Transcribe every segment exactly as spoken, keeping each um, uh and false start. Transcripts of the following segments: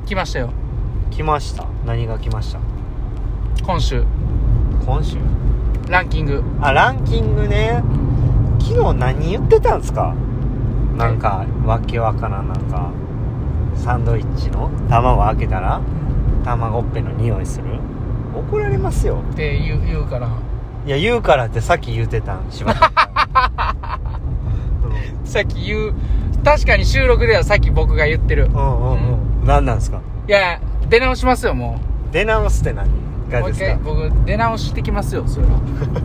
来ましたよ。 来ました。何が来ました？ 今週今週ランキング。 あ、ランキングね。昨日何言ってたんですか？なんかわけわからん、なんかサンドイッチの卵開けたら卵っぺの匂いする。怒られますよって言う、言うから。 いや、言うからってさっき言ってたんしまったさっき言う、確かに収録ではさっき僕が言ってる。 うんうんうん、うん、何なんですか？ いや、出直しますよ。もう出直すって何がですか？ もう一回僕出直してきますよ、それは。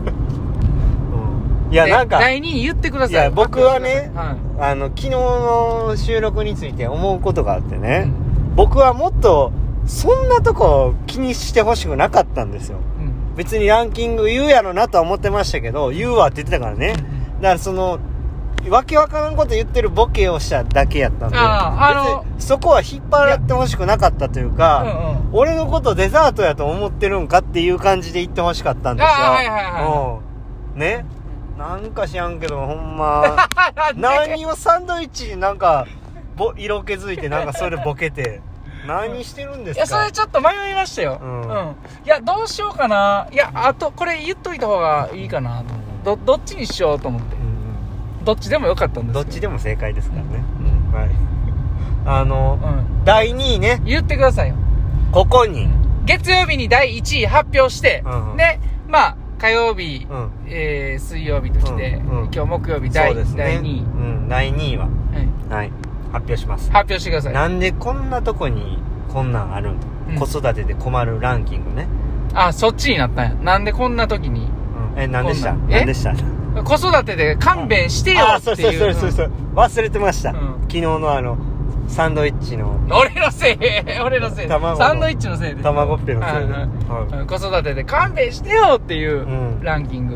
うん、いや、なんかだいにい言ってください。 いや、僕はね、 はい、 あの昨日の収録について思うことがあってね、 うん、 僕はもっとそんなとこ気にしてほしくなかったんですよ、うん、別にランキング言うやろなとは思ってましたけど、言うわって言ってたからね、うん、だからそのわけわからんこと言ってるボケをしただけやったんで、 ああの別にそこは引っ張ってほしくなかったというか、うんうん、俺のことデザートやと思ってるんかっていう感じで言ってほしかったんですよ。 あ、はいはいはい、 うん、ね、なんか知らんけどほんま何をサンドイッチになんかぼ色気づいてなんかそれでボケて何してるんですか？ いや、それちょっと迷いましたよ、うんうん、いや、どうしようかな、いや、あとこれ言っといた方がいいかなと、ど, どっちにしようと思って、うんうん、どっちでもよかったんですけど、 どっちでも正解ですからね、 うん、 はい、あの、うん、だいにいね、 言ってくださいよ。ここに月曜日にだいいちい発表して、うんうん、で、まあ火曜日、うん、えー、水曜日ときて、うんうん、今日木曜日だい、ね、だいにい、うん、 だいにいは、はいはい、発表します。 発表してください。 なんでこんなとこにこんなんあるん、うん、子育てで困るランキングね。 あ、そっちになったんや。なんでこんな時に、 うん、え、なんでしたなんでした子育てで勘弁してよっていう。あ、そうそうそうそうそう、 うん、忘れてました、うん、昨日のあのサンドイッチの俺のせい俺のせいサンドイッチのせいで卵っぺのせいで、 はい、子育てで勘弁してよっていうランキング、うん、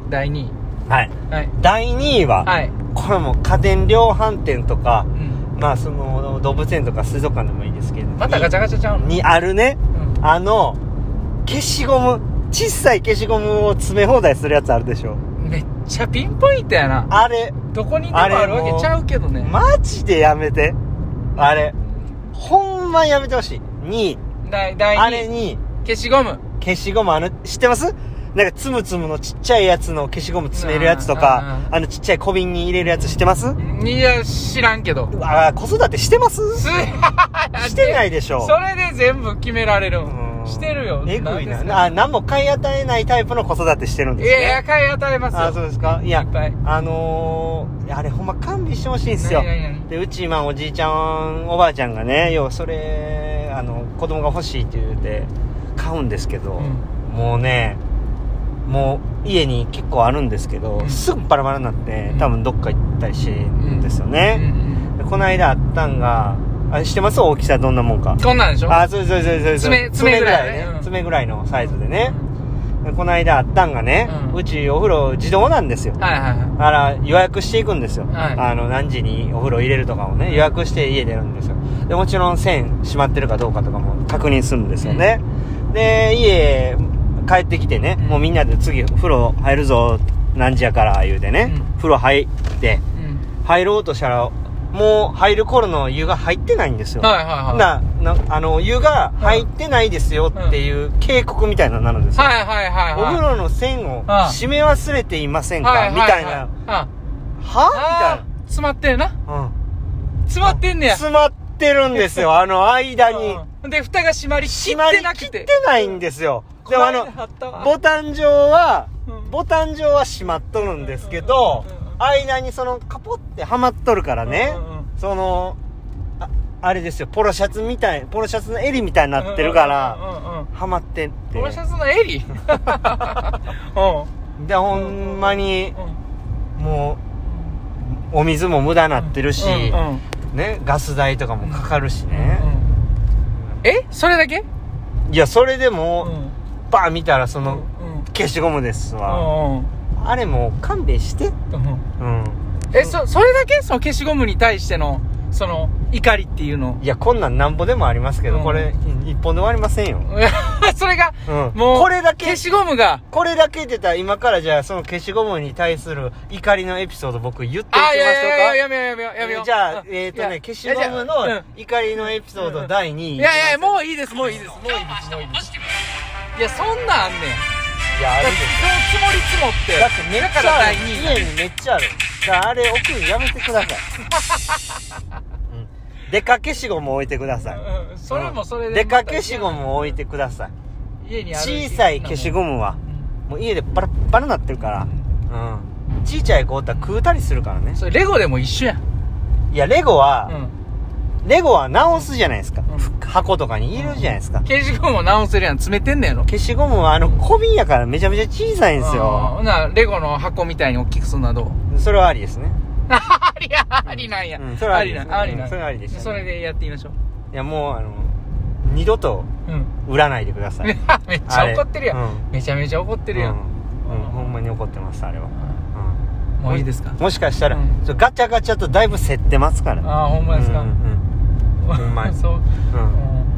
だいにい、 はい、はい、だいにいは、はい、これも家電量販店とか、うん、まあその動物園とか水族館でもいいですけど、 またガチャガチャちゃうのにあるね、うん、あの消しゴム、小さい消しゴムを詰め放題するやつあるでしょ。 めっちゃピンポイントやな。あれどこにでもあるわけちゃうけどね。 マジでやめて、あれほんまやめてほしい。にいだいにい、あれに消しゴム消しゴム、あの知ってます？なんかつむつむのちっちゃいやつの消しゴム詰めるやつとか、あのちっちゃい小瓶に入れるやつ知ってます？ いや、知らんけど。 あ、子育てしてます？してないでしょ。 それで全部決められるん。してるよ。 えぐいな。あ、何も買い与えないタイプの子育てしてるんですね。 いやいや、買い与えますよ。 あ、そうですか。いや、あのー、あれほんま勘弁してほしいんですよ。で、うち今おじいちゃんおばあちゃんがね、要はそれあの子供が欲しいって言うて買うんですけど、うん、もうね、もう家に結構あるんですけど、うん、すぐバラバラになって多分どっか行ったりしてるんですよね、うんうんうん、でこの間あったんが、あ、知ってます？大きさどんなもんか。 こんなんでしょ？ あ、そうそうそうそう。 爪、爪ぐらいね。 うん、爪ぐらいのサイズでね。うん、この間あったんがね、うん、うちお風呂自動なんですよ。 はいはいはい。 だから予約していくんですよ。はい、あの、何時にお風呂入れるとかをね、予約して家出るんですよ。で、もちろん線閉まってるかどうかとかも確認するんですよね。うん、で、家帰ってきてね、うん、もうみんなで次風呂入るぞ、何時やから言うてね、うん、風呂入って、うん、入ろうとしたら、もう入る頃の湯が入ってないんですよ。はいはいはい。な、な、あの、湯が入ってないですよっていう警告みたいなのになるんですよ。 はいはいはい、はい。 お風呂の線を閉め忘れていませんか、はいはいはい、みたいな。はみたいな。 詰まってるな。うん。詰まってんねや。 詰まってるんですよ、あの間に。 うん、で、蓋が閉まりきってなくて。 閉まりきってないんですよ。でもあの、ボタン上は、うん、ボタン上は閉まっとるんですけど、うんうんうん、間にそのカポってはまっとるからね、うんうんうん、その あ, あれですよ、ポロシャツみたい、ポロシャツの襟みたいになってるから、うんうんうんうん、はまってって、 ポロシャツの襟でほんまに、うん、もうお水も無駄なってるし、うんうん、ね、ガス代とかもかかるしね、うんうん、 えそれだけ？ いや、それでも、うん、バーン見たらその、うんうん、消しゴムですわ、うんうん、あれもう勘弁して、うんうん、 え、そ、それだけ？その消しゴムに対してのその怒りっていうの。 いやこんなんなんぼでもありますけど、うん、これ一本で終わりませんよそれが、うん、もうこれだけ消しゴムがこれだけ出たら今からじゃあその消しゴムに対する怒りのエピソード僕言っていきましょうか。あいやいやいややめようやめようやめよう。じゃあえっ、ー、とね消しゴムの怒りのエピソードだいにい。いやいやもういいですもういいですもういいですもういいです。いやそんなんあんねん。いやあるんですよ。積もり積もってだってめっちゃある。家にめっちゃある。あれ置くのやめてください、うん、デカ消しゴム置いてください、うん、それもそれでデカ消しゴム置いてください。家にある小さい消しゴムは、うん、もう家でパラッパラなってるから、うん、ちいちゃい子おったら食うたりするからね。それレゴでも一緒やん。いやレゴは、うん、レゴは直すじゃないですか、うん、箱とかにいるじゃないですか、うん、消しゴムを直せるやん。詰めてんねやろ。消しゴムはあの小瓶やからめちゃめちゃ小さいんですよ。ほなレゴの箱みたいに大きくするのはどう？それはありですね。ありやありなんや、うん、それはありですね。ありなん、うん、それはありでした、ね、それでやってみましょう。いやもうあの二度と売らないでください、うん、めっちゃ怒ってるやん、うん、めちゃめちゃ怒ってるやん、うんうん、ほんまに怒ってますあれは、うん、もういいですか。もしかしたら、うん、ガチャガチャとだいぶ競ってますからね。ああほんまですか。うんうん、ほんまにそう、うん、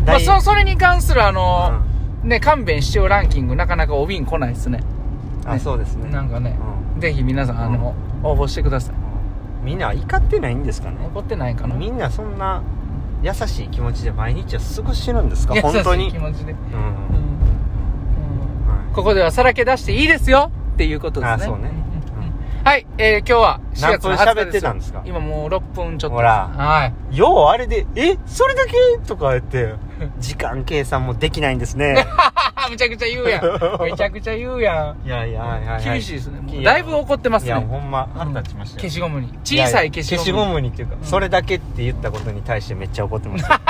まあ、そ, それに関するあの、うん、ね勘弁しようランキングなかなかお瓶来ないですね。あ、ね、そうですね。なんかね、うん、ぜひ皆さんあの、うん、応募してください。みんな怒ってないんですかね。怒ってないかな。みんなそんな優しい気持ちで毎日を過ごしてるんですか。本当に優しい気持ちで、うんうんうん、ここではさらけ出していいですよっていうことですね。あ、そうね、うん、はい、えー、今日はしがつのはつかですよ。何分喋ってたんですか。今もうろっぷんちょっと。ほら、はい、ようあれでえそれだけとか言って時間計算もできないんですねめちゃくちゃ言うやんめちゃくちゃ言うやん。いやいや、はいはいはい、厳しいですね。もうだいぶ怒ってますね。いやほんま腹立ちましたよ。消しゴムに小さい消しゴムに消しゴムにっていうか、うん、それだけって言ったことに対してめっちゃ怒ってました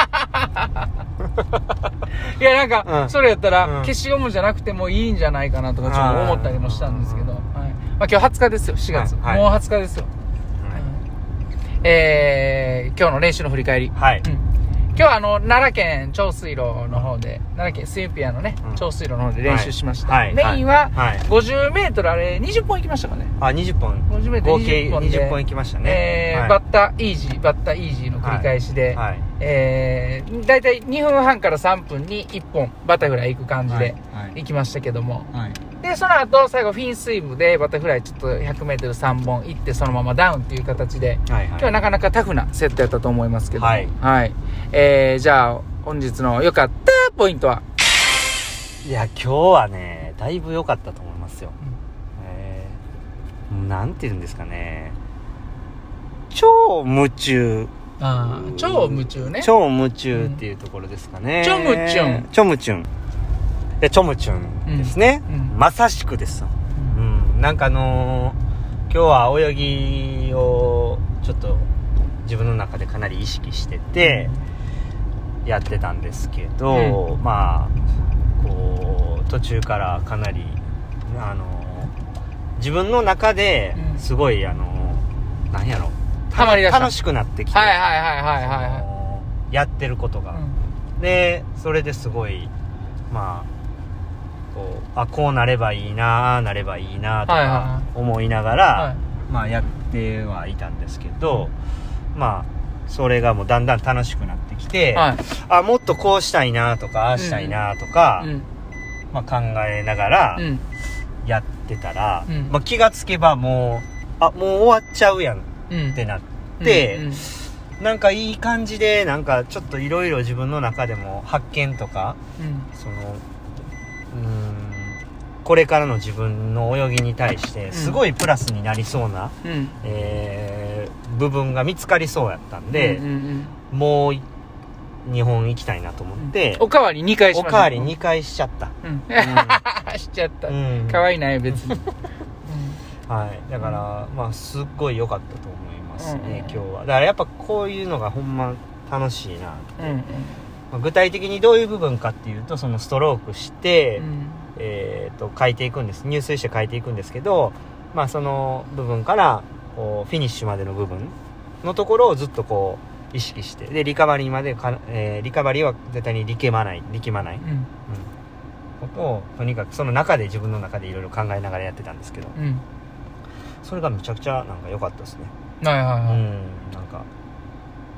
いやなんか、うん、それやったら、うん、消しゴムじゃなくてもいいんじゃないかなとかちょっと思ったりもしたんですけど、はい、まあ、今日はつかですよ。しがつ、はいはい、もうはつかですよ、はい、えー、今日の練習の振り返り、はい、うん、今日はあの奈良県長水路の方で、奈良県スインピアのね、うん、長水路の方で練習しました、はい、メインはごじゅうメートル、あれにじゅっぽん行きましたかね。あ、にじゅっぽん、ごじゅうメートル合計にじゅっぽん行きましたね、えーはい、バッタイージーバッタイージーの繰り返しで、はいはい、えー、だいたいにふんはんからさんぷんにいっぽんバタフライ行く感じで行きましたけども、はいはい、でその後最後フィンスイムでバタフライちょっと ひゃくメートルさんぼん行ってそのままダウンっていう形で、はいはい、今日はなかなかタフなセットやったと思いますけど、はい、はい、えー、じゃあ本日の良かったポイントは。いや今日はねだいぶ良かったと思いますよ、うん、えー、なんて言うんですかね、超夢中。ああ、超夢中ね。超夢中っていうところですかね。超夢中。超夢中。で、超夢中ですね、うんうん。まさしくです、うん。うん。なんかあのー、今日は泳ぎをちょっと自分の中でかなり意識しててやってたんですけど、うん、まあこう途中からかなりあのー、自分の中ですごい、うん、あのー、なんやろ。ハマりだした。楽しくなってきて、はいはいはいはいはい、はい、やってることが、うん、でそれですごいまあこうあこうなればいいななればいいなとか思いながら、はいはいはい、まあやってはいたんですけど、うん、まあそれがもうだんだん楽しくなってきて、はい、あもっとこうしたいなとかああしたいなとか、うん、まあ、考えながらやってたら、うん、まあ、気がつけばもうあもう終わっちゃうやんってなって、うんうんうん、なんかいい感じでなんかちょっといろいろ自分の中でも発見とか、うん、そのうーんこれからの自分の泳ぎに対してすごいプラスになりそうな、うん、えー、部分が見つかりそうやったんで、うんうんうん、もうにほん行きたいなと思って、うん、おかわりにかいしました。おかわりにかいしちゃった、うんうん、しちゃった、うん、かわいいなよ別にはい、だから、まあすっごい良かったと思いますね、うんうん、今日は。だからやっぱこういうのがほんま楽しいなって、うんうん、まあ、具体的にどういう部分かっていうと、そのストロークして、うん、えー、と書いていくんです。入水して書いていくんですけど、まあその部分からこうフィニッシュまでの部分のところをずっとこう意識して、でリカバリーまでか、えー、リカバリーは絶対に力まない力まない、うんうん、ことをとにかくその中で自分の中でいろいろ考えながらやってたんですけど、うん、それがめちゃくちゃなんか良かったですね。はいはいはい。うん、なんか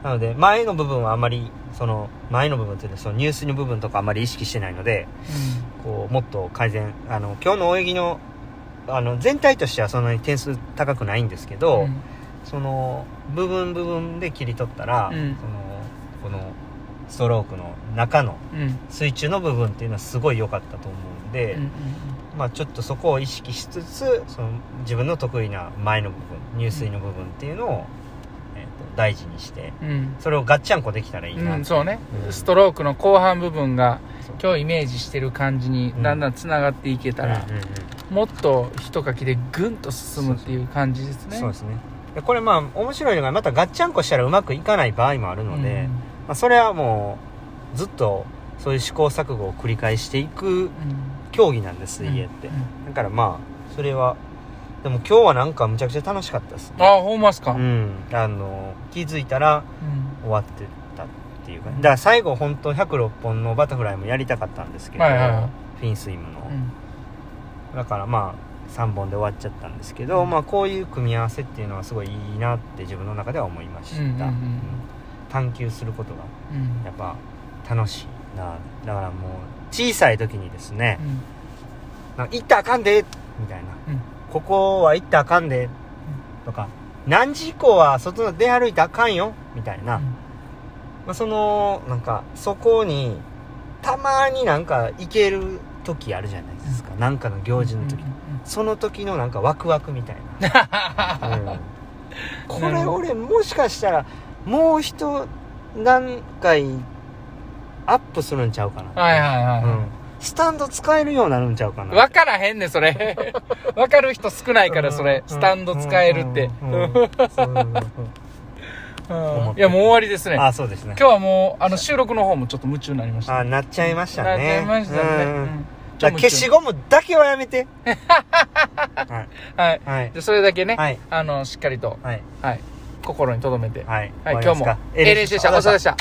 なので前の部分はあんまりその前の部分というかその入水の部分とかあんまり意識してないので、うん、こうもっと改善あの今日の泳ぎのあの全体としてはそんなに点数高くないんですけど、うん、その部分部分で切り取ったら、うん、そのこのストロークの中の水中の部分っていうのはすごい良かったと思うんで、うんうんうん、まあ、ちょっとそこを意識しつつその自分の得意な前の部分入水の部分っていうのを、うん、えー、と大事にして、うん、それをガッチャンコできたらいいな、 うん、そうね、うん、ストロークの後半部分が今日イメージしてる感じにだんだんつながっていけたら、うんうんうんうん、もっと一かきでグンと進むっていう感じですね。 そうですね。でこれまあ面白いのがまたガッチャンコしたらうまくいかない場合もあるので、うん、まあ、それはもうずっとそういう試行錯誤を繰り返していく競技なんです、うん、水泳って、うん、だからまあそれはでも今日はなんかむちゃくちゃ楽しかったです、ね、 ああほんまっすか。 うん、あの気づいたら終わってたっていうか、うん、だから最後本当ひゃくろっぽんのバタフライもやりたかったんですけど、はいはいはい、フィンスイムの、うん、だからまあさんぼんで終わっちゃったんですけど、うん、まあこういう組み合わせっていうのはすごいいいなって自分の中では思いました、うんうんうん、探求することがやっぱ楽しいな。だからもう小さい時にですね、うん、なんか行ったらあかんでみたいな、うん、ここは行ったらあかんで、うん、とか何時以降は外出歩いたらあかんよみたいな、うん、まあ、そのなんかそこにたまになんか行ける時あるじゃないですか、うん、なんかの行事の時、うんうんうん、その時のなんかワクワクみたいな、うん、これ俺もしかしたらもう一何回アップするんちゃうかな、 はいはいはい、うん、 スタンド使えるようになるんちゃうかな。 分からへんねそれ分かる人少ないからそれ、うん、スタンド使えるって、いやもう終わりですね。 あ、そうですね。 今日はもうあの収録の方もちょっと夢中になりました、ね、 あ、なっちゃいましたね。 なっちゃいましたね、うんうん、 だ消しゴムだけはやめてはい、はいはい、でそれだけね、はい、あのしっかりと、はいはい、心に留めて、はい、はい、今日も A 練習でした。お疲れ様でした。